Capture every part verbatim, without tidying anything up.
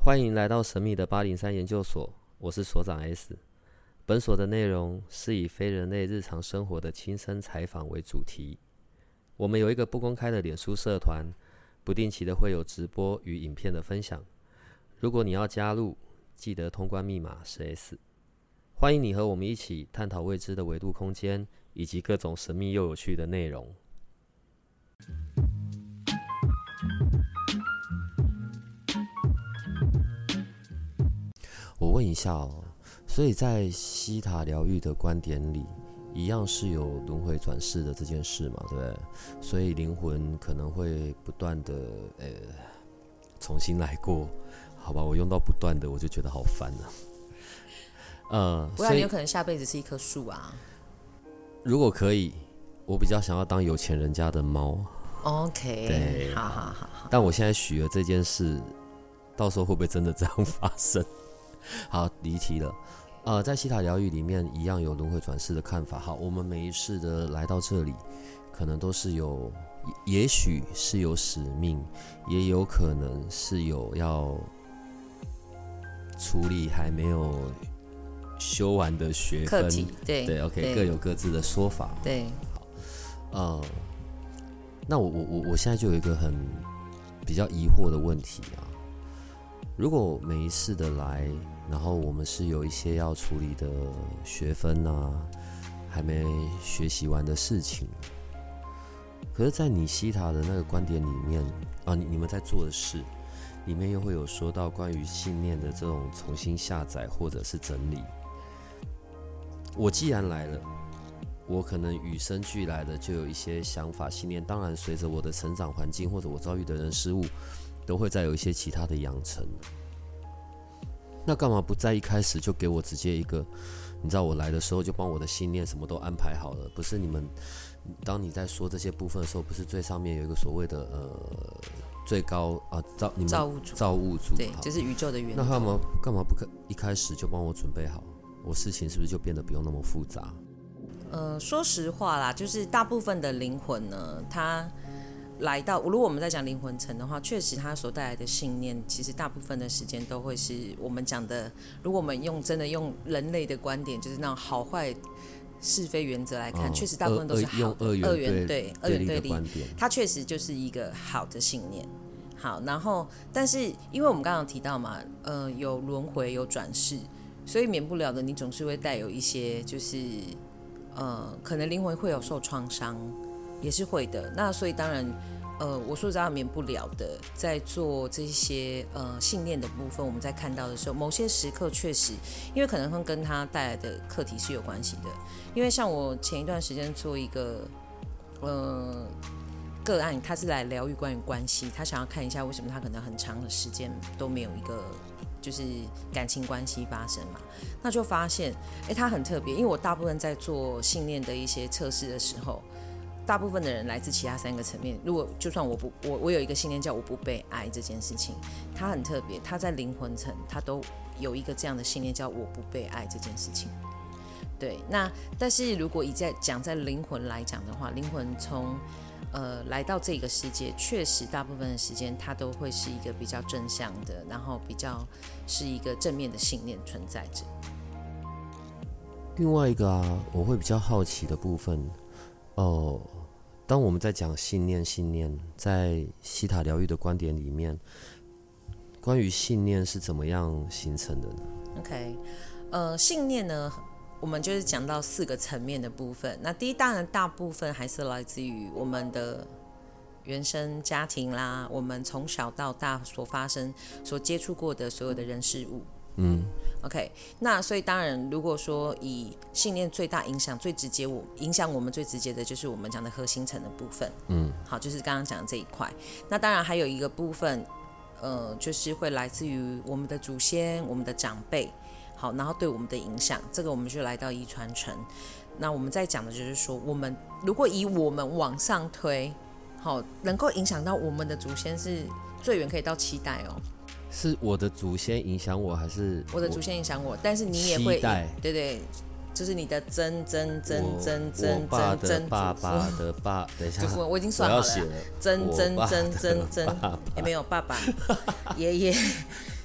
欢迎来到神秘的八零三研究所，我是所长 S。本所的内容是以非人类日常生活的亲身采访为主题。我们有一个不公开的脸书社团，不定期的会有直播与影片的分享。如果你要加入，记得通关密码是 S。欢迎你和我们一起探讨未知的维度空间，以及各种神秘又有趣的内容。我问一下哦，所以在西塔疗愈的观点里，一样是有轮回转世的这件事嘛，对不对？所以灵魂可能会不断的呃重新来过，好吧？我用到不断的，我就觉得好烦啊。呃， 不然你有可能下辈子是一棵树啊。 如果可以，我比较想要当有钱人家的猫。 OK， 对， 好好好好。 但我现在许了这件事，到时候会不会真的这样发生？好，离题了。呃，在西塔疗愈里面，一样有轮回转世的看法。好，我们每一世的来到这里，可能都是有，也许是有使命，也有可能是有要处理还没有修完的学分课题。对对 ，OK， 各有各自的说法。 对， 好，呃，那我我我我现在就有一个很比较疑惑的问题啊。如果每一次的来，然后我们是有一些要处理的学分啊，还没学习完的事情，可是，在你西塔的那个观点里面啊，你你们在做的事里面又会有说到关于信念的这种重新下载或者是整理。我既然来了，我可能与生俱来的就有一些想法、信念，当然随着我的成长环境或者我遭遇的人事物，都会再有一些其他的养成。那干嘛不在一开始就给我直接一个，你知道我来的时候就帮我的信念什么都安排好了？不是你们，当你在说这些部分的时候，不是最上面有一个所谓的呃最高啊造你们造物主， 造物主， 对，就是宇宙的源头。 那干嘛干嘛不可一开始就帮我准备好？我事情是不是就变得不用那么复杂？ 呃，说实话啦，就是大部分的灵魂呢，它来到，如果我们在讲灵魂层的话，确实它所带来的信念，其实大部分的时间都会是我们讲的。如果我们用真的用人类的观点，就是那种好坏是非原则来看，确、哦、实大部分都是好的。 二元二元对二元对立， 对它确实就是一个好的信念。好，然后但是因为我们刚刚提到嘛，呃，有轮回有转世，所以免不了的，你总是会带有一些就是呃，可能灵魂会有受创伤。也是会的，那所以当然，呃，我说实在免不了的，在做这些呃信念的部分，我们在看到的时候，某些时刻确实，因为可能会跟他带来的课题是有关系的。因为像我前一段时间做一个呃个案，他是来疗愈关于关系，他想要看一下为什么他可能很长的时间都没有一个就是感情关系发生嘛，那就发现，哎，他很特别，因为我大部分在做信念的一些测试的时候。大部分的人来自其他三个层面。如果就算我不我我有一个信念叫我不被爱这件事情，它很特别，它在灵魂层，它都有一个这样的信念叫我不被爱这件事情。对，那但是如果以在讲在灵魂来讲的话，灵魂从呃来到这个世界，确实大部分的时间它都会是一个比较正向的，然后比较是一个正面的信念存在着。 另外一个啊，我会比较好奇的部分哦。当我们在讲信念，信念在西塔疗愈的观点里面，关于信念是怎么样形成的呢 ？OK， 呃，信念呢，我们就是讲到四个层面的部分。那第一，当然大部分还是来自于我们的原生家庭啦，我们从小到大所发生、所接触过的所有的人事物。嗯 ，OK， 那所以当然，如果说以信念最大影响、最直接我影响我们最直接的，就是我们讲的核心层的部分。嗯，好，就是刚刚讲的这一块。那当然还有一个部分，呃，就是会来自于我们的祖先、我们的长辈，好，然后对我们的影响，这个我们就来到遗传层。那我们在讲的就是说，我们如果以我们往上推，好，能够影响到我们的祖先是最远可以到七代哦。 是我的祖先影响我，还是我, 我的祖先影响我？但是你也会，对对，就是你的曾曾曾曾曾曾曾爸爸的爸，等一下， 我我已经算好了，曾曾曾曾曾， 哎， 没有爸爸，爷爷，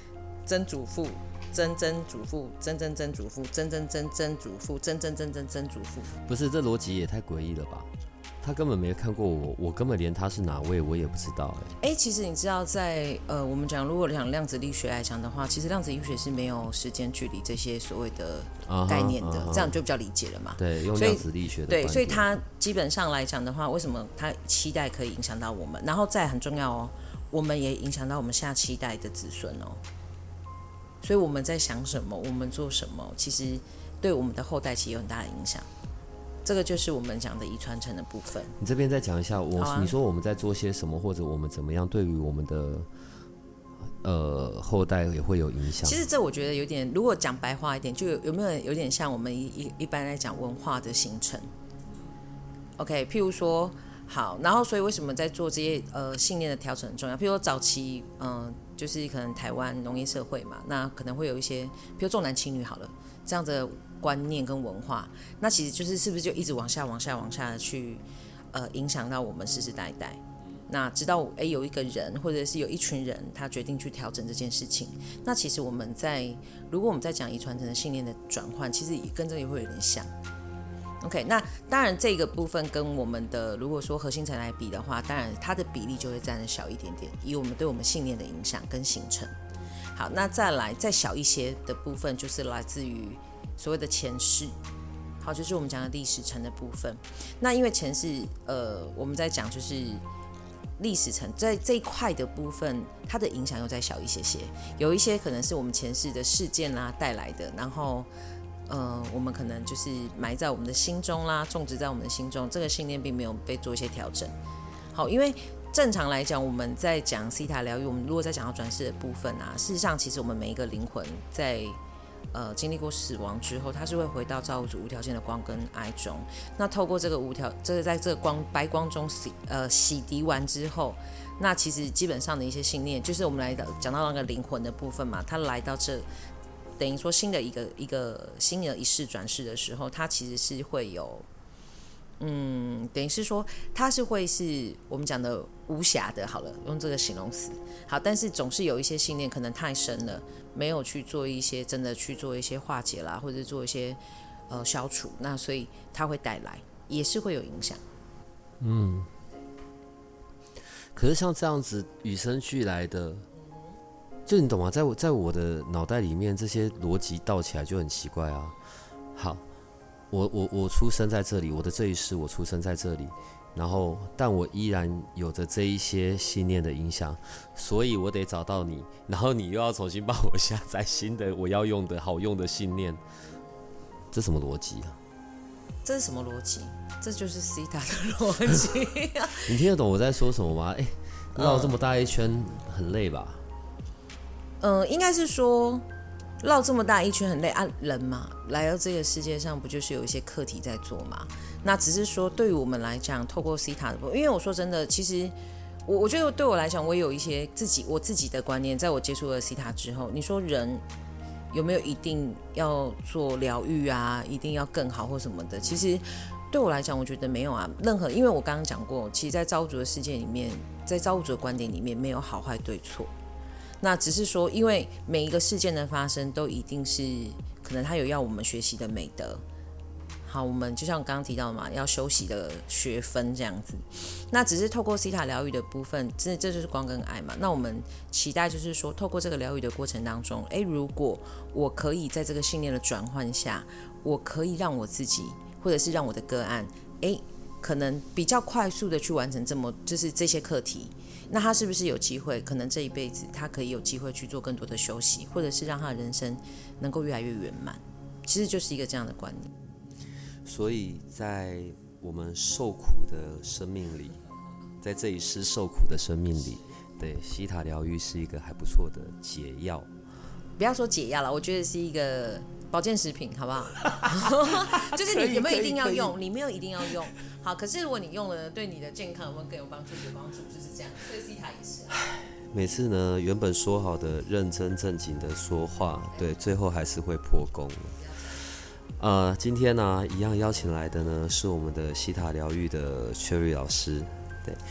曾祖父、曾曾祖父、曾曾曾祖父、曾曾曾曾祖父、曾曾曾曾曾祖父。 不是，这逻辑也太诡异了吧？他根本没看过我，我根本连他是哪位我也不知道哎、 欸。其实你知道在，在呃，我们讲如果讲量子力学来讲的话，其实量子力学是没有时间距离这些所谓的概念的， uh-huh, uh-huh. 这样就比较理解了嘛。 对，用量子力学的对，所以它基本上来讲的话，为什么它期待可以影响到我们？然后再很重要哦，我们也影响到我们下期代的子孙哦。所以我们在想什么，我们做什么，其实对我们的后代其实有很大的影响。这个就是我们讲的遗传承的部分。 你这边再讲一下，我、 啊、 你说我们在做些什么，或者我们怎么样，对于我们的呃后代也会有影响。 其实这我觉得有点，如果讲白话一点，就有有没有有点像我们一一般来讲文化的形成。OK， 譬如说，好，然后所以为什么在做这些呃信念的调整很重要？譬如说早期，嗯、呃，就是可能台湾农业社会嘛，那可能会有一些，譬如重男轻女好了，这样的观念跟文化，那其实就是是不是就一直往下、往下、往下的去，呃，影响到我们世世代代。那直到哎有一个人或者是有一群人，他决定去调整这件事情。那其实我们在如果我们在讲遗传层的信念的转换，其实跟这里会有点像。OK， 那当然这个部分跟我们的如果说核心层来比的话，当然它的比例就会占得小一点点，以我们对我们信念的影响跟形成。好，那再来再小一些的部分，就是来自于所谓的前世，好，就是我们讲的历史层的部分。那因为前世，呃，我们在讲就是历史层在这一块的部分，它的影响又再小一些些。有一些可能是我们前世的事件啦带来的，然后，呃，我们可能就是埋在我们的心中啦，种植在我们的心中，这个信念并没有被做一些调整。好，因为正常来讲，我们在讲西塔疗愈，我们如果在讲到转世的部分啊，事实上，其实我们每一个灵魂在呃经历过死亡之后，它是会回到造物主无条件的光跟爱中。那透过这个无条，这个在这个光白光中洗呃洗涤完之后，那其实基本上的一些信念，就是我们来讲到那个灵魂的部分嘛，它来到这，等于说新的一个一个新的一世转世的时候，它其实是会有。嗯，等于是说，它是会是我们讲的无瑕的，好了，用这个形容词。好，但是总是有一些信念可能太深了，没有去做一些真的去做一些化解啦，或者做一些呃消除，那所以它会带来，也是会有影响。 嗯，可是像这样子与生俱来的，就你懂吗？在我在我的脑袋里面，这些逻辑倒起来就很奇怪啊。好。我我我出生在这里，我的这一世我出生在这里，然后但我依然有着这一些信念的影响，所以我得找到你，然后你又要重新帮我下载新的我要用的好用的信念，这什么逻辑啊？ 这是什么逻辑？这就是西塔的逻辑、啊。 你听得懂我在说什么吗？哎，绕这么大一圈很累吧？ 嗯、呃，应该是说。绕这么大一圈很累啊，人嘛，来到这个世界上不就是有一些课题在做嘛？那只是说对于我们来讲，透过西塔的部分，因为我说真的，其实我我觉得对我来讲，我也有一些自己我自己的观念，在我接触了西塔之后，你说人有没有一定要做疗愈啊，一定要更好或什么的？其实对我来讲，我觉得没有啊，任何，因为我刚刚讲过，其实，在造物主的世界里面，在造物主的观点里面，没有好坏对错。那只是说，因为每一个事件的发生，都一定是可能它有要我们学习的美德。好，我们就像我刚刚提到的嘛，要修习的学分这样子。那只是透过西塔疗愈的部分，这这就是光跟爱嘛。那我们期待就是说，透过这个疗愈的过程当中，诶，如果我可以在这个信念的转换下，我可以让我自己，或者是让我的个案，诶，可能比较快速的去完成这么就是这些课题。那他是不是有机会？可能这一辈子他可以有机会去做更多的休息，或者是让他的人生能够越来越圆满。其实就是一个这样的观念。 所以在我们受苦的生命里，在这一世受苦的生命里，对西塔疗愈是一个还不错的解药。 不要说解药了，我觉得是一个保健食品，好不好？就是你有没有一定要用？你没有一定要用。好，可是如果你用了，对你的健康有没有更有帮助？有帮助，就是这样。所以西塔也是、啊。 每次呢，原本说好的认真正经的说话，对，最后还是会破功。呃，今天呢，一样邀请来的呢是我们的西塔疗愈的 Cherry 老师，对。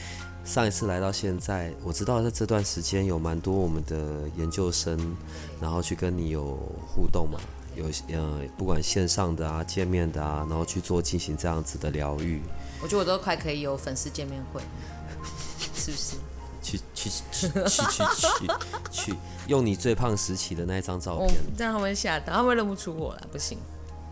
上一次来到现在，我知道在这段时间有蛮多我们的研究生，然后去跟你有互动嘛，有呃不管线上的啊、见面的啊，然后去做进行这样子的疗愈。 我觉得我都快可以有粉丝见面会，是不是？ 去去去去去去去，用你最胖时期的那一张照片， 这样他们会吓到，他们会认不出我了，不行。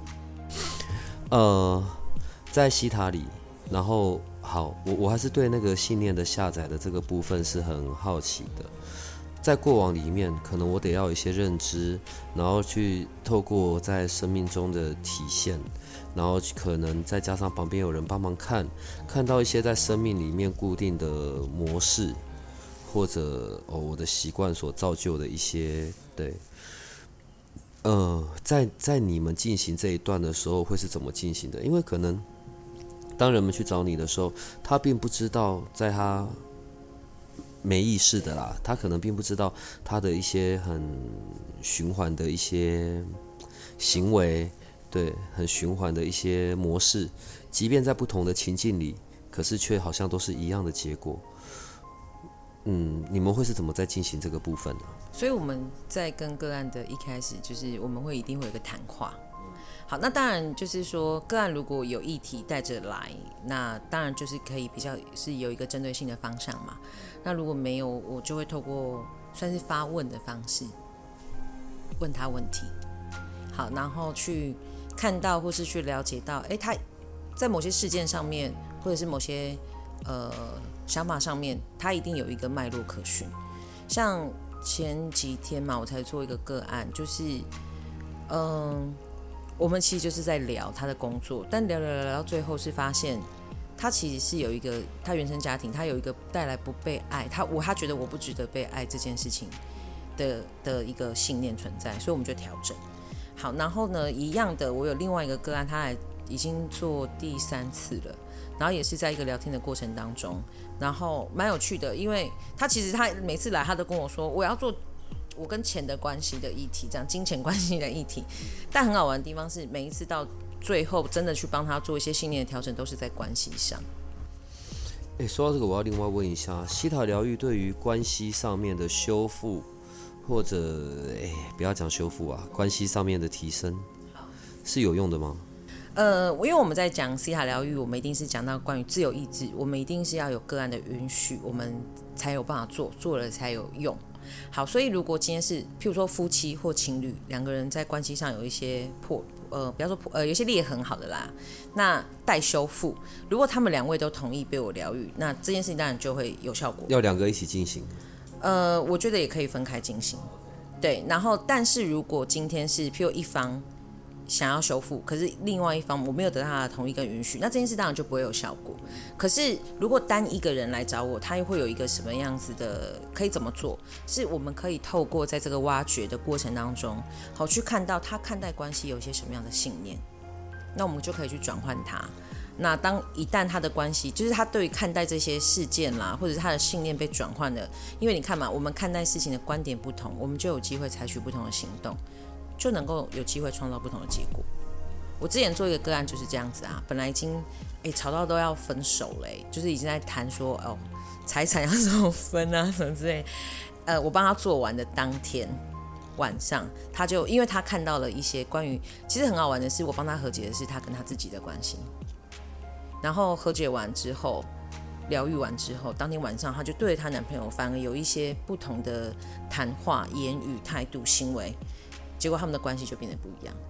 呃，在西塔里，然后好，我我还是对那个信念的下载的这个部分是很好奇的。在过往里面，可能我得要有一些认知，然后去透过在生命中的体现，然后可能再加上旁边有人帮忙看，看到一些在生命里面固定的模式。或者哦，我的习惯所造就的一些对，呃，在在你们进行这一段的时候，会是怎么进行的？因为可能当人们去找你的时候，他并不知道，在他没意识的啦，他可能并不知道他的一些很循环的一些行为，对，很循环的一些模式，即便在不同的情境里，可是却好像都是一样的结果。嗯，你们会是怎么在进行这个部分呢？ 所以我们在跟个案的一开始，就是我们会一定会有一个谈话。好，那当然就是说，个案如果有议题带着来，那当然就是可以比较是有一个针对性的方向嘛。那如果没有，我就会透过算是发问的方式问他问题。好，然后去看到或是去了解到，哎，他在某些事件上面，或者是某些呃。想法上面，它一定有一个脉络可循。像前几天嘛，我才做一个个案，就是，嗯，我们其实就是在聊他的工作，但聊聊聊到最后是发现，他其实是有一个他原生家庭，他有一个带来不被爱，他我他觉得我不值得被爱这件事情的的一个信念存在，所以我们就调整。好，然后呢，一样的，我有另外一个个案，他来已经做第三次了。然后也是在一个聊天的过程当中，然后蛮有趣的，因为他其实他每次来，他都跟我说我要做我跟钱的关系的议题，这样金钱关系的议题。但很好玩的地方是，每一次到最后真的去帮他做一些信念的调整，都是在关系上。 哎，说到这个，我要另外问一下，西塔疗愈对于关系上面的修复，或者哎，不要讲修复啊，关系上面的提升，是有用的吗？ 呃，因为我们在讲西塔疗愈，我们一定是讲到关于自由意志，我们一定是要有个案的允许，我们才有办法做，做了才有用。好，所以如果今天是譬如说夫妻或情侣两个人在关系上有一些破，呃，不要说破，呃，有一些裂痕好的啦，那待修复。如果他们两位都同意被我疗愈，那这件事情当然就会有效果。 要两个一起进行？ 呃，我觉得也可以分开进行。对，然后但是如果今天是譬如一方想要修复，可是另外一方我没有得到他的同意跟允许，那这件事当然就不会有效果。可是如果单一个人来找我，他又会有一个什么样子的，可以怎么做？是我们可以透过在这个挖掘的过程当中，好去看到他看待关系有一些什么样的信念，那我们就可以去转换他。那当一旦他的关系，就是他对于看待这些事件啦，或者是他的信念被转换了，因为你看嘛，我们看待事情的观点不同，我们就有机会采取不同的行动。就能够有机会创造不同的结果。我之前做一个个案就是这样子啊，本来已经哎吵到都要分手嘞，就是已经在谈说哦财产要怎么分啊什么之类。呃，我帮他做完的当天晚上，他就因为他看到了一些关于，其实很好玩的是，我帮他和解的是他跟他自己的关系。然后和解完之后，疗愈完之后，当天晚上他就对她男朋友反而有一些不同的谈话、言语、态度、行为。结果他们的关系就变得不一样。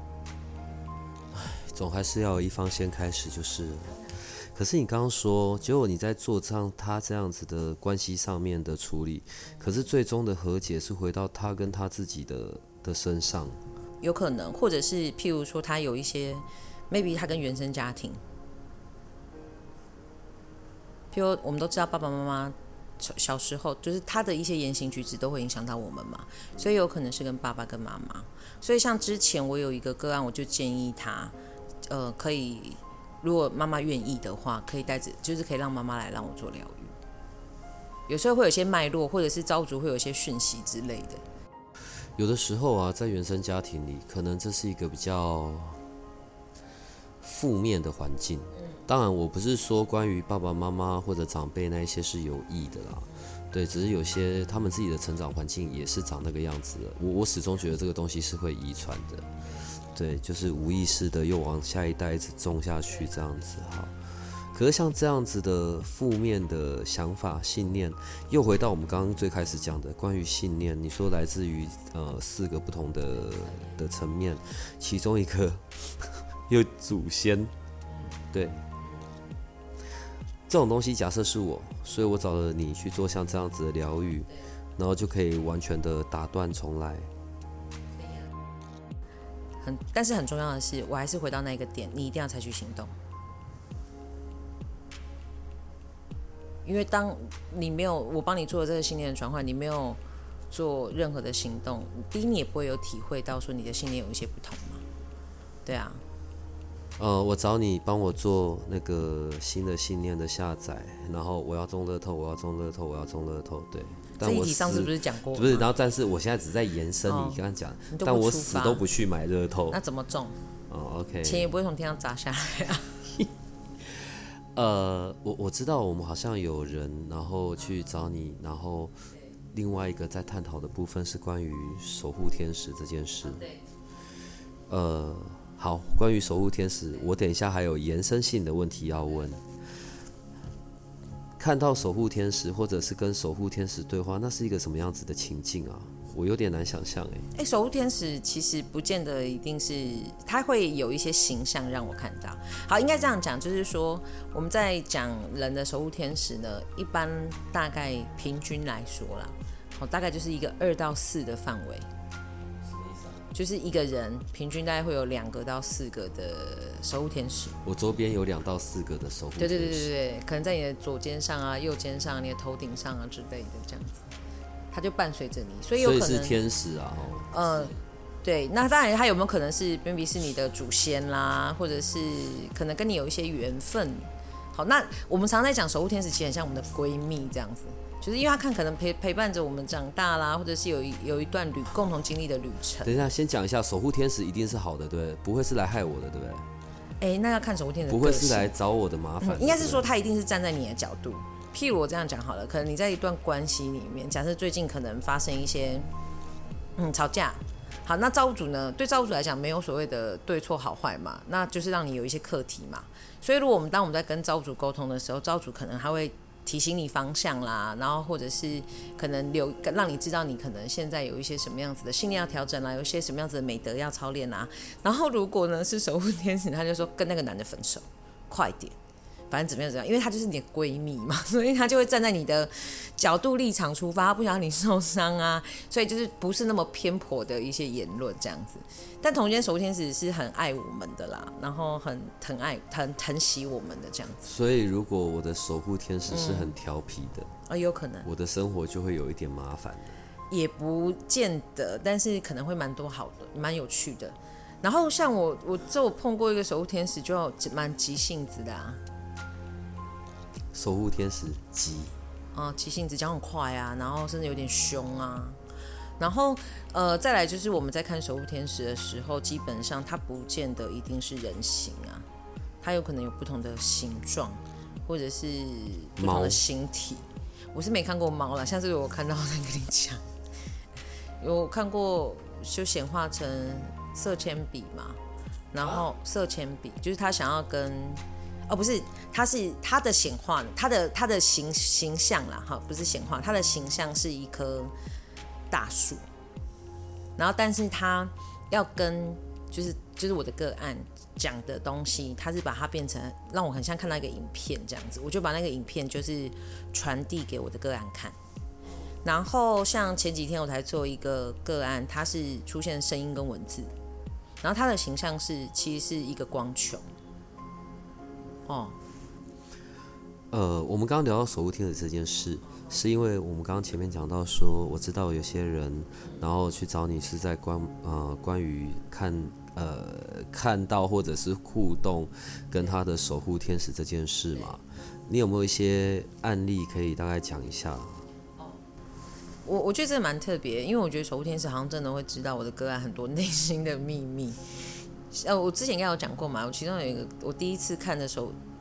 总还是要有一方先开始就是。可是你刚刚说，结果你在做这样他这样子的关系上面的处理，可是最终的和解是回到他跟他自己的的身上。 有可能，或者是譬如说他有一些 maybe 他跟原生家庭，譬如我们都知道爸爸妈妈小时候就是他的一些言行举止都会影响到我们嘛，所以有可能是跟爸爸跟妈妈。所以像之前我有一个个案，我就建议他，呃，可以如果妈妈愿意的话，可以带着，就是可以让妈妈来让我做疗愈。有时候会有一些脉络，或者是招族会有一些讯息之类的。 有的时候啊，在原生家庭里，可能这是一个比较负面的环境。 当然我不是说关于爸爸妈妈或者长辈那一些是有意的啦，对，只是有些他们自己的成长环境也是长那个样子的。我我始终觉得这个东西是会遗传的，对，就是无意识的又往下一代一直种下去这样子哈。可是像这样子的负面的想法、信念，又回到我们刚刚最开始讲的关于信念。你说来自于呃四个不同的的层面，其中一个有祖先，对，这种东西假设是我，所以我找了你去做像这样子的疗愈，然后就可以完全的打断重来。 很，但是很重要的是，我还是回到那个点，你一定要采取行动。因为当你没有我帮你做的这个信念的转换，你没有做任何的行动，第一你也不会有体会到说你的信念有一些不同嘛，对啊。 呃，我找你帮我做那个新的信念的下载，然后我要中乐透，我要中乐透，我要中乐透，对。但我这一题上次不是讲过吗？ 不是，然后但是我现在只在延伸你刚刚讲，哦，但我死都不去买乐透， 那怎么中？ 哦 ，OK， 钱也不会从天上砸下来啊。 呃，我我知道我们好像有人，然后去找你，然后另外一个在探讨的部分是关于守护天使这件事。呃，好，关于守护天使，我等一下还有延伸性的问题要问。看到守护天使，或者是跟守护天使对话，那是一个什么样子的情境啊？我有点难想象哎。 哎，守护天使其实不见得一定是，它会有一些形象让我看到。好，应该这样讲，就是说我们在讲人的守护天使呢，一般大概平均来说啦，哦，大概就是一个二到四的范围。就是一个人平均大概会有两个到四个的守护天使。 我周边有两到四个的守护天使。 对对对对对，可能在你的左肩上啊、右肩上、你的头顶上啊之类的这样子。它就伴随着你，所以有可能所以是天使啊。 哦、呃，对，那当然它有没有可能是 maybe 是你的祖先啦，或者是可能跟你有一些缘分。好，那我们常常在讲守护天使，其实很像我们的闺蜜这样子，就是因为他看可能陪陪伴着我们长大啦，或者是有一有一段旅共同经历的旅程。 等一下，先讲一下，守护天使一定是好的，对不对？不会是来害我的，对不对？ 哎，那要看守护天使的不会是来找我的麻烦、嗯。 应该是说他一定是站在你的角度。譬如我这样讲好了，可能你在一段关系里面，假设最近可能发生一些嗯吵架，好，那造物主呢，对造物主来讲没有所谓的对错好坏嘛，那就是让你有一些课题嘛。所以如果我们当我们在跟造物主沟通的时候，造物主可能他会提醒你方向啦，然后或者是可能留让你知道你可能现在有一些什么样子的信念要调整啦，有一些什么样子的美德要操练啦。然后如果呢是守护天使，他就说跟那个男的分手，快点。反正怎么样怎么样，因为她就是你的闺蜜嘛，所以她就会站在你的角度立场出发，她不想让你受伤啊，所以就是不是那么偏颇的一些言论这样子。但同间守护天使是很爱我们的啦，然后很疼爱、很疼惜我们的这样子。 所以如果我的守护天使是很调皮的，啊、 嗯哦，有可能我的生活就会有一点麻烦的。 也不见得，但是可能会蛮多好的，蛮有趣的。然后像我，我这我碰过一个守护天使，就蛮急性子的啊。 守护天使急， 啊，急性子讲很快啊，然后甚至有点凶啊，然后呃，再来就是我们在看守护天使的时候，基本上它不见得一定是人形啊，它有可能有不同的形状，或者是不同的形体。我是没看过猫啦，下次我看到我再跟你讲。有看过就显化成色铅笔嘛，然后色铅笔就是他想要跟。哦，不是，它是它的显化，它的它的形形象啦，哈，不是显化，它的形象是一棵大树，然后但是它要跟就是就是我的个案讲的东西，它是把它变成让我很像看到一个影片这样子，我就把那个影片就是传递给我的个案看，然后像前几天我才做一个个案，它是出现声音跟文字，然后它的形象是其实是一个光球。哦， 呃，我们刚刚聊到守护天使这件事，是因为我们刚刚前面讲到说，我知道有些人，然后去找你是在关呃关于看呃看到或者是互动跟他的守护天使这件事嘛，你有没有一些案例可以大概讲一下？ 我我觉得这蛮特别，因为我觉得守护天使好像真的会知道我的个案很多内心的秘密。呃，我之前应该有讲过嘛，我其中有一个，我第一次看的时候，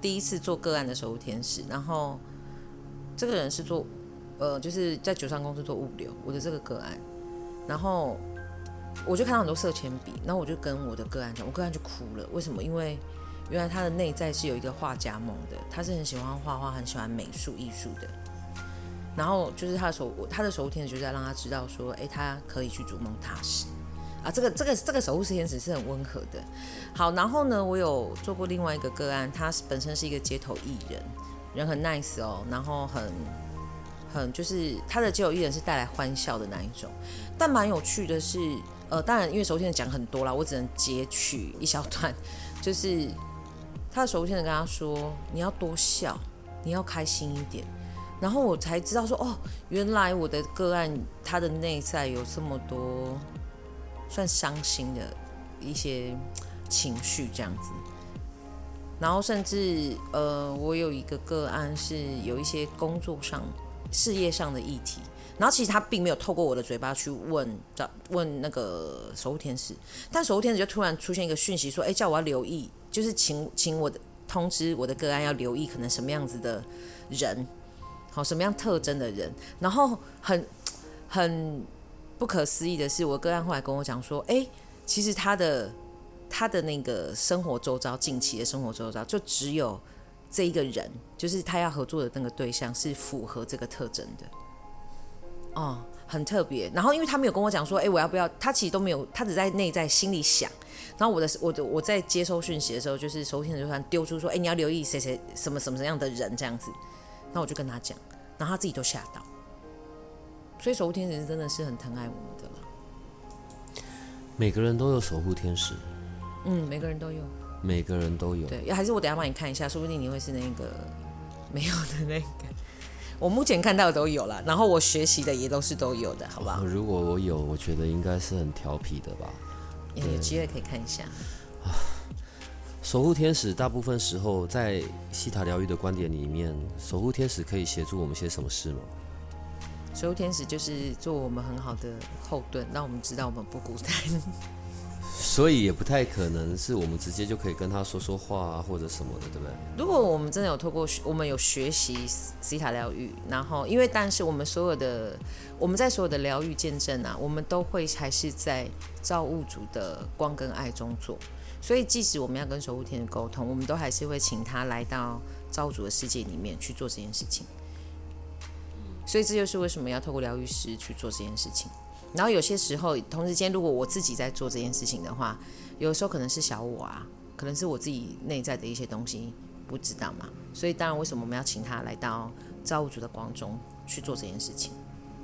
第一次做个案的守护天使，然后这个人是做呃就是在酒商公司做物流，我的这个个案，然后我就看到很多色铅笔，然后我就跟我的个案讲，我个案就哭了，为什么？因为原来他的内在是有一个画家梦的，他是很喜欢画画，很喜欢美术艺术的。然后就是他的守他的守护天使就在让他知道说，哎，他可以去逐梦踏实啊。这个这个这个守护天使是很温和的。好，然后呢，我有做过另外一个个案，他本身是一个街头艺人，人很 nice 哦，然后很很就是他的街头艺人是带来欢笑的那一种。但蛮有趣的是，呃，当然因为守护天使讲很多啦，我只能截取一小段，就是他的守护天使跟他说，你要多笑，你要开心一点。然后我才知道说，哦，原来我的个案他的内在有这么多算伤心的一些情绪这样子。然后甚至呃，我有一个个案是有一些工作上、事业上的议题，然后其实他并没有透过我的嘴巴去问问那个守护天使，但守护天使就突然出现一个讯息说，哎，叫我要留意，就是请请我的通知我的个案要留意可能什么样子的人。好，什么样特征的人？然后很很不可思议的是，我个案后来跟我讲说，哎，其实他的他的那个生活周遭，近期的生活周遭，就只有这一个人，就是他要合作的那个对象是符合这个特征的。哦，很特别。然后因为他没有跟我讲说，哎，我要不要？他其实都没有，他只在内在心里想。然后我的我的我在接收讯息的时候，就是守护天使就突然丢出说，哎，你要留意谁谁什么什么样的人这样子。那我就跟他讲，然后他自己都吓到，所以守护天使真的是很疼爱我们的了。 每个人都有守护天使， 嗯，每个人都有， 每个人都有。 对，还是我等一下帮你看一下，说不定你会是那个没有的那个。我目前看到的都有了，然后我学习的也都是都有的，好不好？ 哦、如果我有，我觉得应该是很调皮的吧。 有机会可以看一下。 守护天使大部分时候在西塔疗愈的观点里面，守护天使可以协助我们些什么事吗？ 守护天使就是做我们很好的后盾，让我们知道我们不孤单。 所以也不太可能是我们直接就可以跟他说说话啊，或者什么的，对不对？ 如果我们真的有透过我们有学习西塔疗愈，然后因为但是我们所有的我们在所有的疗愈见证啊，我们都会还是在造物主的光跟爱中做。所以，即使我们要跟守护天使沟通，我们都还是会请他来到造物主的世界里面去做这件事情。所以，这就是为什么要透过疗愈师去做这件事情。然后，有些时候，同时间，如果我自己在做这件事情的话，有的时候可能是小我啊，可能是我自己内在的一些东西不知道嘛。所以，当然，为什么我们要请他来到造物主的光中去做这件事情？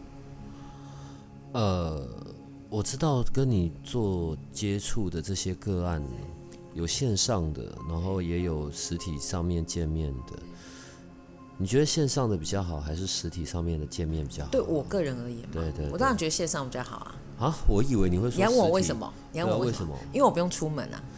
呃。我知道跟你做接触的这些个案，有线上的，然后也有实体上面见面的。你觉得线上的比较好，还是实体上面的见面比较好？ 对我个人而言嘛， 对 对, 对， 我当然觉得线上比较好啊。 啊，我以为你会说实体。 你要问我为什么？你要问我为什么？因为我不用出门啊。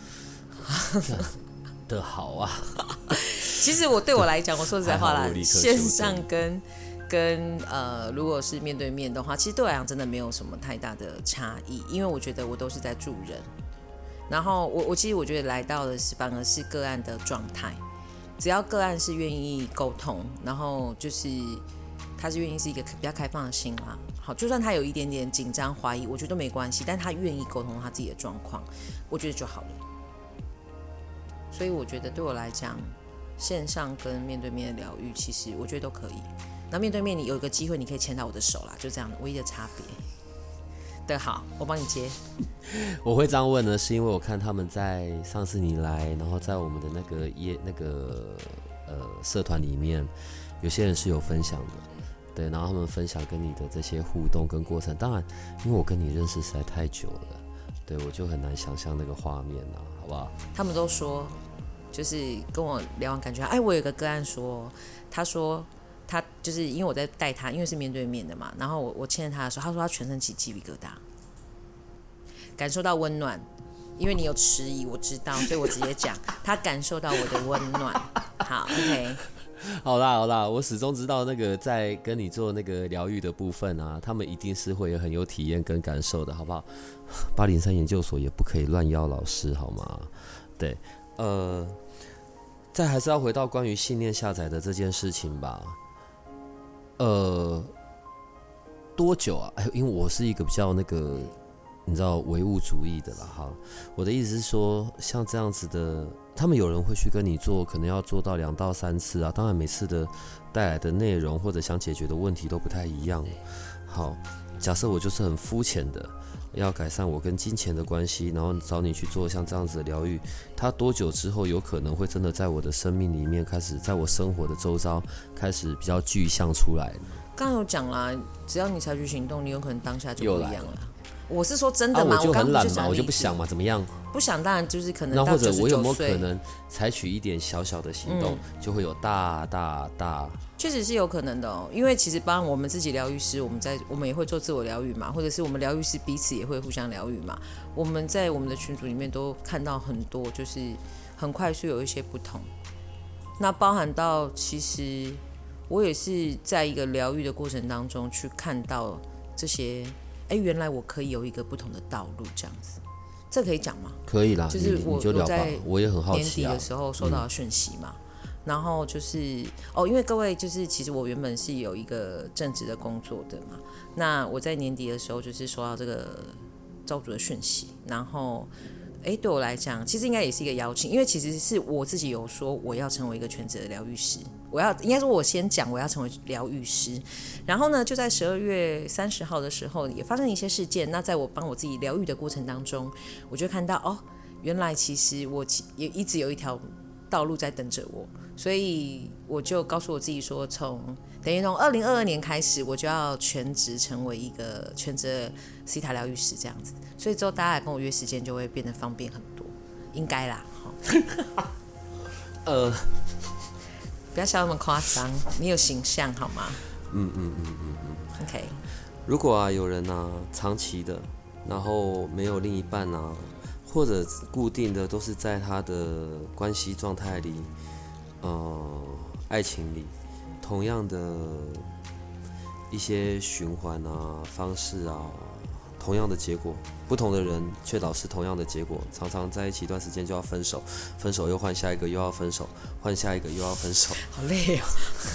的好啊。 其实我对我来讲，我说实在话啦，线上跟。跟呃，如果是面对面的话，其实对我来讲真的没有什么太大的差异，因为我觉得我都是在助人。然后我我其实我觉得来到的是反而是个案的状态，只要个案是愿意沟通，然后就是他是愿意是一个比较开放的心啦。好，就算他有一点点紧张怀疑，我觉得都没关系，但他愿意沟通他自己的状况，我觉得就好了。所以我觉得对我来讲，线上跟面对面的疗愈，其实我觉得都可以。那面对面你有一个机会，你可以牵到我的手啦，就这样唯一的差别。对，好，我帮你接。 我会这样问呢，是因为我看他们在上次你来，然后在我们的那个业那个呃社团里面，有些人是有分享的，对，然后他们分享跟你的这些互动跟过程。当然，因为我跟你认识实在太久了，对我就很难想象那个画面啊，好不好？ 他们都说，就是跟我聊完感觉，哎，我有个个案说，他说。他就是因为我在带他，因为是面对面的嘛，然后我我牵着他的时候，他说他全身起鸡皮疙瘩，感受到温暖。因为你有迟疑，我知道，所以我直接讲，他感受到我的温暖。好 ，OK。 好啦好啦，我始终知道那个在跟你做那个疗愈的部分啊，他们一定是会很有体验跟感受的，好不好？八零三研究所也不可以乱邀老师，好吗？对，呃。 再还是要回到关于信念下载的这件事情吧。呃，多久啊？因为我是一个比较那个，你知道唯物主义的啦哈。我的意思是说，像这样子的，他们有人会去跟你做，可能要做到两到三次啊。当然，每次的带来的内容或者想解决的问题都不太一样。好，假设我就是很肤浅的。要改善我跟金钱的关系，然后找你去做像这样子的疗愈，它多久之后有可能会真的在我的生命里面开始，在我生活的周遭开始比较具象出来？ 刚刚有讲啦，只要你采取行动，你有可能当下就不一样了。我是说真的嘛， 啊、我就很懒嘛， 我就不想嘛，怎么样？ 不想当然就是可能那或者我有没有可能采取一点小小的行动，嗯、就会有大大大。 确实是有可能的哦，因为其实帮我们自己疗愈师，我们在我们也会做自我疗愈嘛，或者是我们疗愈师彼此也会互相疗愈嘛。我们在我们的群组里面都看到很多，就是很快速有一些不同。那包含到其实我也是在一个疗愈的过程当中去看到这些，哎，原来我可以有一个不同的道路，这样子，这可以讲吗？ 可以啦， 就是我你就聊吧， 我在我也很好奇啊。 年底的时候收到讯息嘛。嗯然后就是哦，因为各位就是其实我原本是有一个正职的工作的嘛，那我在年底的时候就是收到这个招主的讯息，然后哎对我来讲其实应该也是一个邀请，因为其实是我自己有说我要成为一个全职的疗愈师，我要应该说我先讲我要成为疗愈师，然后呢就在十二月三十号的时候也发生一些事件，那在我帮我自己疗愈的过程当中，我就看到哦，原来其实我也一直有一条道路在等着我。所以我就告诉我自己说，从等于从二零二二年开始，我就要全职成为一个全职的西塔疗愈师这样子。所以之后大家来跟我约时间就会变得方便很多，应该啦。呃，不要笑那么夸张，你有形象好吗？ 嗯嗯嗯嗯嗯。 OK。 如果啊有人啊长期的，然后没有另一半啊，或者固定的都是在他的关系状态里。呃，爱情里，同样的一些循环啊、方式啊，同样的结果，不同的人却老是同样的结果，常常在一起一段时间就要分手，分手又换下一个，又要分手，换下一个又要分手， 好累哦。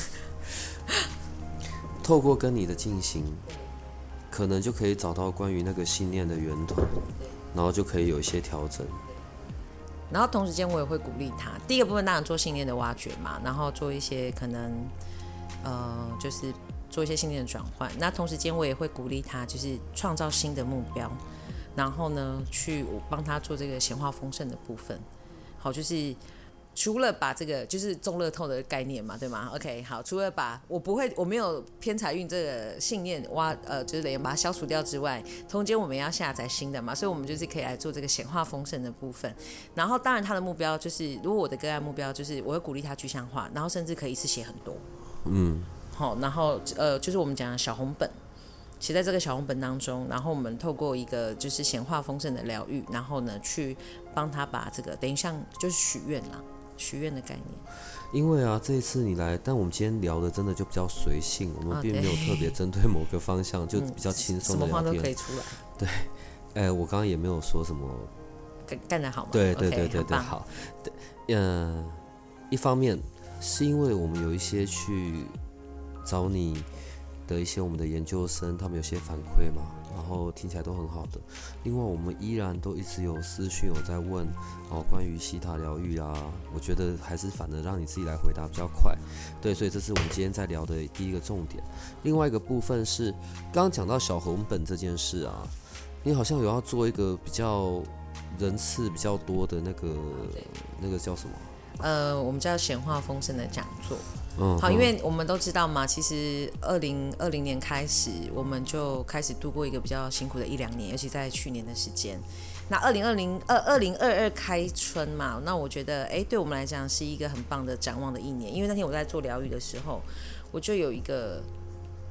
透过跟你的进行，可能就可以找到关于那个信念的源头，然后就可以有一些调整。 然后同时间我也会鼓励他，第一个部分当然做信念的挖掘嘛，然后做一些可能呃就是做一些信念的转换，那同时间我也会鼓励他就是创造新的目标，然后呢去帮他做这个显化丰盛的部分。好，就是除了把这个就是中乐透的概念嘛，对吗 ？OK， 好，除了把我不会我没有偏财运这个信念挖呃就是等于把它消除掉之外，同时间我们也要下载新的嘛，所以我们就是可以来做这个显化丰盛的部分。然后当然他的目标就是，如果我的个案目标就是我会鼓励他具象化，然后甚至可以一次写很多，嗯，好，然后呃就是我们讲的小红本。写在这个小红本当中，然后我们透过一个就是显化丰盛的疗愈，然后呢去帮他把这个等于像就是许愿啦，许愿的概念。 因为啊，这一次你来，但我们今天聊的真的就比较随性，我们并没有特别针对某个方向，啊、就比较轻松的聊天， 什么话都可以出来。 对，哎，我刚刚也没有说什么干干得好吗？ 对对对对对， okay, 好。嗯、呃，一方面是因为我们有一些去找你的一些我们的研究生，他们有些反馈嘛，然后听起来都很好的。另外，我们依然都一直有私讯有在问哦，关于西塔疗愈啊，我觉得还是反而让你自己来回答比较快。对，所以这是我们今天在聊的第一个重点。另外一个部分是，刚刚讲到小红本这件事啊，你好像有要做一个比较人次比较多的那个那个叫什么？ 呃，我们叫显化丰盛的讲座。 嗯， 好，因为我们都知道嘛，其实二零二零年开始，我们就开始度过一个比较辛苦的一两年，尤其在去年的时间。那二零二零二二零二二开春嘛，那我觉得，哎，对我们来讲是一个很棒的展望的一年。因为那天我在做疗愈的时候，我就有一个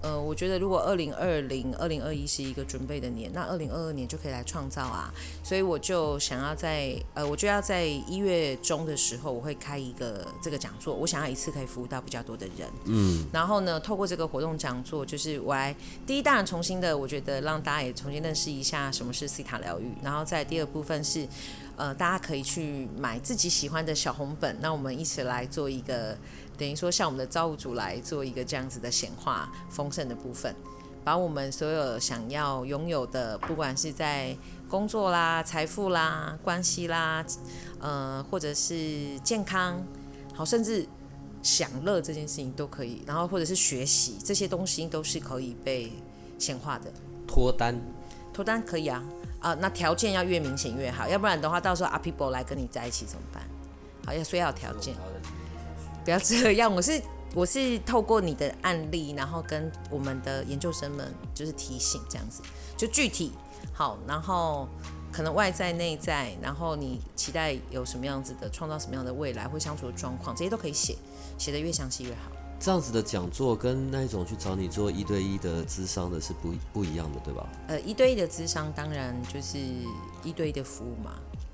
呃，我觉得如果二零二零、二零二一是一个准备的年，那二零二二年就可以来创造啊。所以我就想要在呃，我就要在一月中的时候，我会开一个这个讲座，我想要一次可以服务到比较多的人。嗯，然后呢，透过这个活动讲座，就是我来第一，当然重新的，我觉得让大家也重新认识一下什么是西塔疗愈。然后在第二部分是，呃，大家可以去买自己喜欢的小红本，那我们一起来做一个。等于说像我们的造物主来做一个这样子的显化丰盛的部分，把我们所有想要拥有的，不管是在工作啦、财富啦、关系啦，呃，或者是健康，好，甚至享乐这件事情都可以，然后或者是学习这些东西都是可以被显化的。 脱单， 脱单可以啊，啊、呃，那条件要越明显越好，要不然的话，到时候阿 people 来跟你在一起怎么办？好，要所以要有条件。不要这样，我是我是透过你的案例，然后跟我们的研究生们就是提醒这样子，就具体好，然后可能外在内在，然后你期待有什么样子的创造什么样的未来，会相处的状况，这些都可以写，写得越详细越好。 这样子的讲座跟那一种去找你做一对一的咨商的是不不一样的，对吧？ 呃，一对一的咨商当然就是一对一的服务嘛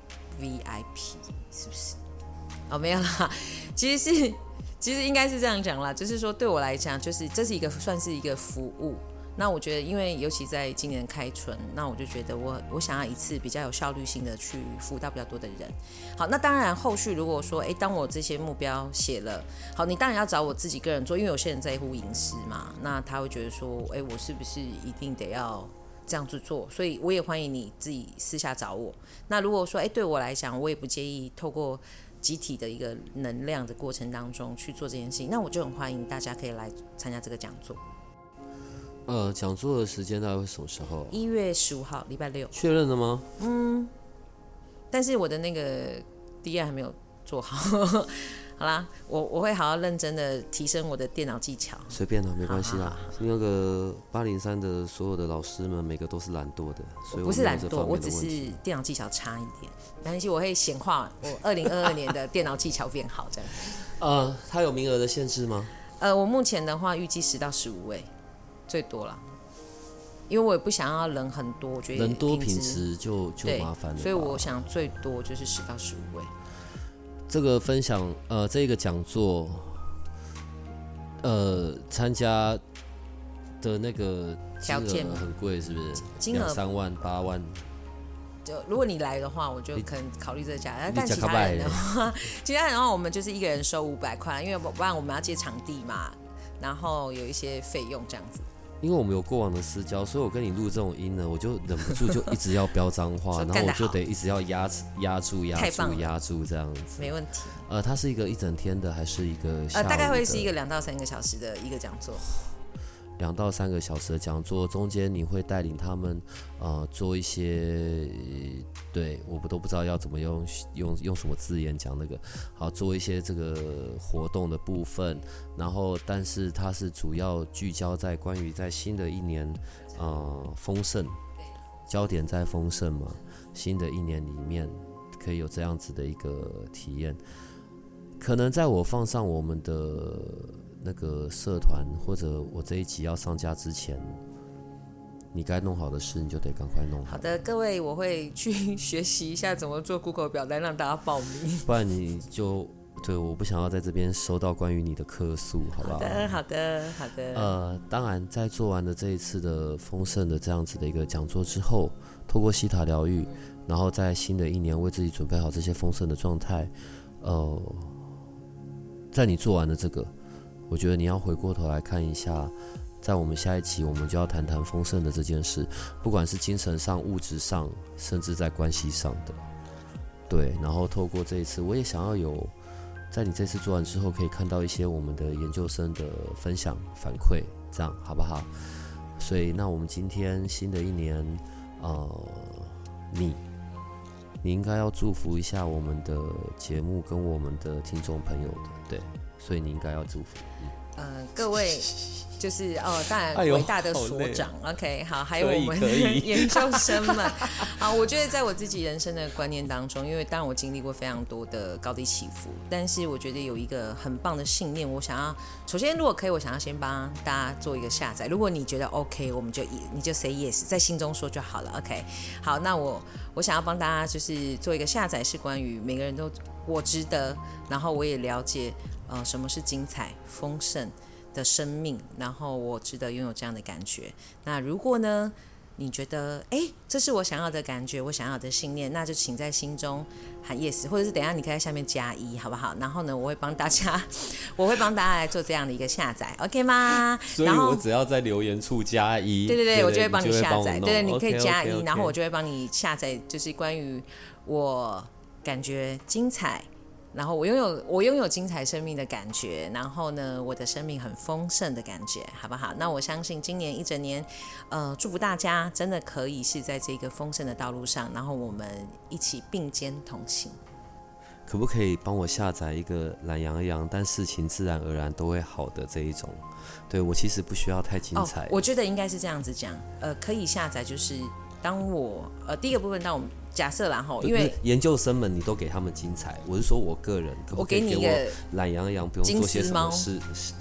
，V I P 是不是？哦，没有啦，其实是，其实应该是这样讲啦，就是说对我来讲，就是这是一个算是一个服务。那我觉得，因为尤其在今年开春，那我就觉得我我想要一次比较有效率性的去服务到比较多的人。好，那当然后续如果说，哎，当我这些目标写了，好，你当然要找我自己个人做，因为有些人在乎隐私嘛，那他会觉得说，哎，我是不是一定得要这样子做？所以我也欢迎你自己私下找我。那如果说，哎，对我来讲，我也不介意透过集体的一个能量的过程当中去做这件事情，那我就很欢迎大家可以来参加这个讲座。 呃，讲座的时间大概会什么时候？ 一月十五号，礼拜六。 确认了吗？ 嗯，但是我的那个 D I 还没有做好。好啦，我我会好好认真的提升我的电脑技巧。 随便啦，没关系啦。 好好好那个八零三的所有的老师们，每个都是懒惰的，所以我不是懒惰，我只是没有这方面的问题电脑技巧差一点。没关系，我会显化我二零二二年的电脑技巧变好，这样。 呃，它有名额的限制吗？ 呃，我目前的话预计十到十五位，最多了。因为我也不想要人很多，我觉得人多品质就就麻烦了， 所以我想最多就是十到十五位。 这个分享，呃，这个讲座，呃，参加的那个条件很贵，是不是？ 金额两三万、八万。 就如果你来的话，我就可能考虑这个价。但其他人的话，其他人的话，我们就是一个人收五百块，因为不然我们要借场地嘛，然后有一些费用这样子。 因为我们有过往的私交，所以我跟你录这种音呢，我就忍不住就一直要飙脏话，然后我就得一直要压压住、压住、压住这样子。 没问题。 呃，它是一个一整天的，还是一个下午的？ 呃，大概会是一个两到三个小时的一个讲座。 两到三个小时的讲座，中间你会带领他们，呃，做一些，对我都不知道要怎么用用用什么字眼讲那个，好，做一些这个活动的部分，然后但是它是主要聚焦在关于在新的一年，呃，丰盛，焦点在丰盛嘛，新的一年里面可以有这样子的一个体验，可能在我放上我们的那个社团或者我这一集要上架之前，你该弄好的事你就得赶快弄好。 好的，各位，我会去学习一下怎么做 Google 表单让大家报名， 不然你就对，我不想要在这边收到关于你的客诉，好不好？ 好的，好的，好的。 呃，当然，在做完了这一次的丰盛的这样子的一个讲座之后，透过西塔疗愈，然后在新的一年为自己准备好这些丰盛的状态，呃，在你做完了这个。我觉得你要回过头来看一下，在我们下一期我们就要谈谈丰盛的这件事，不管是精神上、物质上，甚至在关系上的。对，然后透过这一次，我也想要有，在你这次做完之后，可以看到一些我们的研究生的分享反馈，这样好不好？所以，那我们今天新的一年，呃，你，你应该要祝福一下我们的节目跟我们的听众朋友的，对。所以你应该要祝福。 呃，各位就是呃，当然哎呦伟大的所长、哦、，OK， 好，还有我们的研究生们，好，我觉得在我自己人生的观念当中，因为当然我经历过非常多的高低起伏，但是我觉得有一个很棒的信念，我想要，首先如果可以，我想要先帮大家做一个下载，如果你觉得 OK， 我们就你就 say yes， 在心中说就好了 ，OK， 好，那我我想要帮大家就是做一个下载，是关于每个人都我值得，然后我也了解呃什么是精彩丰盛的生命，然后我值得拥有这样的感觉。那如果呢，你觉得哎，这是我想要的感觉，我想要的信念，那就请在心中喊 yes， 或者是等一下你可以在下面加一，好不好？然后呢，我会帮大家，我会帮大家来做这样的一个下载 ，OK 吗？ 所以我只要在留言处加一， 对对对，我就会帮你下载，对对，你可以加一， okay, okay, okay. 然后我就会帮你下载，就是关于我感觉精彩。然后我拥有我拥有精彩生命的感觉，然后呢，我的生命很丰盛的感觉，好不好？那我相信今年一整年，呃，祝福大家真的可以是在这个丰盛的道路上，然后我们一起并肩同行。 可不可以帮我下载一个懒洋洋，但事情自然而然都会好的这一种？对，我其实不需要太精彩。哦， 我觉得应该是这样子讲，呃，可以下载就是当我呃第一个部分，当我们。假设啦吼，因为研究生们你都给他们精彩，我是说我个人，可不可以给我懒洋洋，不用做些什么事？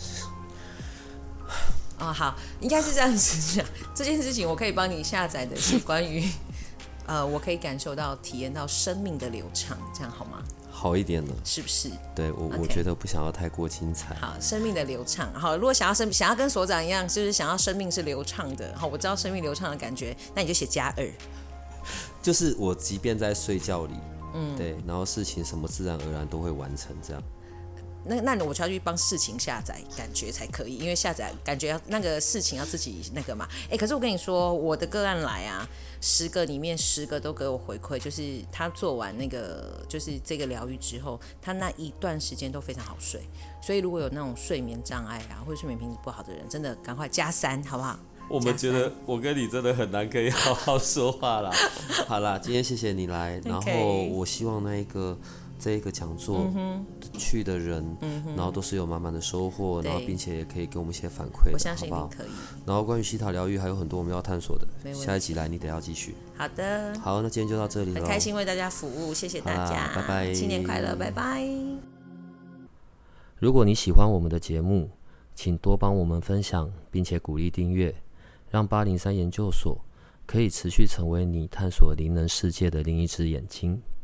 哦，好，应该是这样子讲。这件事情我可以帮你下载的是关于，呃，我可以感受到、体验到生命的流畅，这样好吗？ 好一点了， 是不是？ 对我， okay. 我觉得不想要太过精彩。 好，生命的流畅。好，如果想要生想要跟所长一样，就是想要生命是流畅的，好，我知道生命流畅的感觉，那你就写加二。 就是我即便在睡觉里，嗯，对，然后事情什么自然而然都会完成这样。 那那我就要去帮事情下载感觉才可以，因为下载感觉要那个事情要自己那个嘛。哎，可是我跟你说，我的个案来啊，十个里面十个都给我回馈，就是他做完那个就是这个疗愈之后，他那一段时间都非常好睡。所以如果有那种睡眠障碍啊，或者睡眠品质不好的人，真的赶快加三，好不好？ 我们觉得我跟你真的很难可以好好说话啦。好啦，今天谢谢你来，然后我希望那一个这一个讲座去的人，嗯、然后都是有满满的收获，然后并且也可以给我们一些反馈， 我相信一定可以。 然后关于西塔疗愈还有很多我们要探索的，下一集来你得要继续。 好的， 好，那今天就到这里了， 很开心为大家服务，谢谢大家， 拜拜， 新年快乐，拜拜。 如果你喜欢我们的节目，请多帮我们分享，并且鼓励订阅。让八零三研究所可以持续成为你探索灵能世界的另一只眼睛。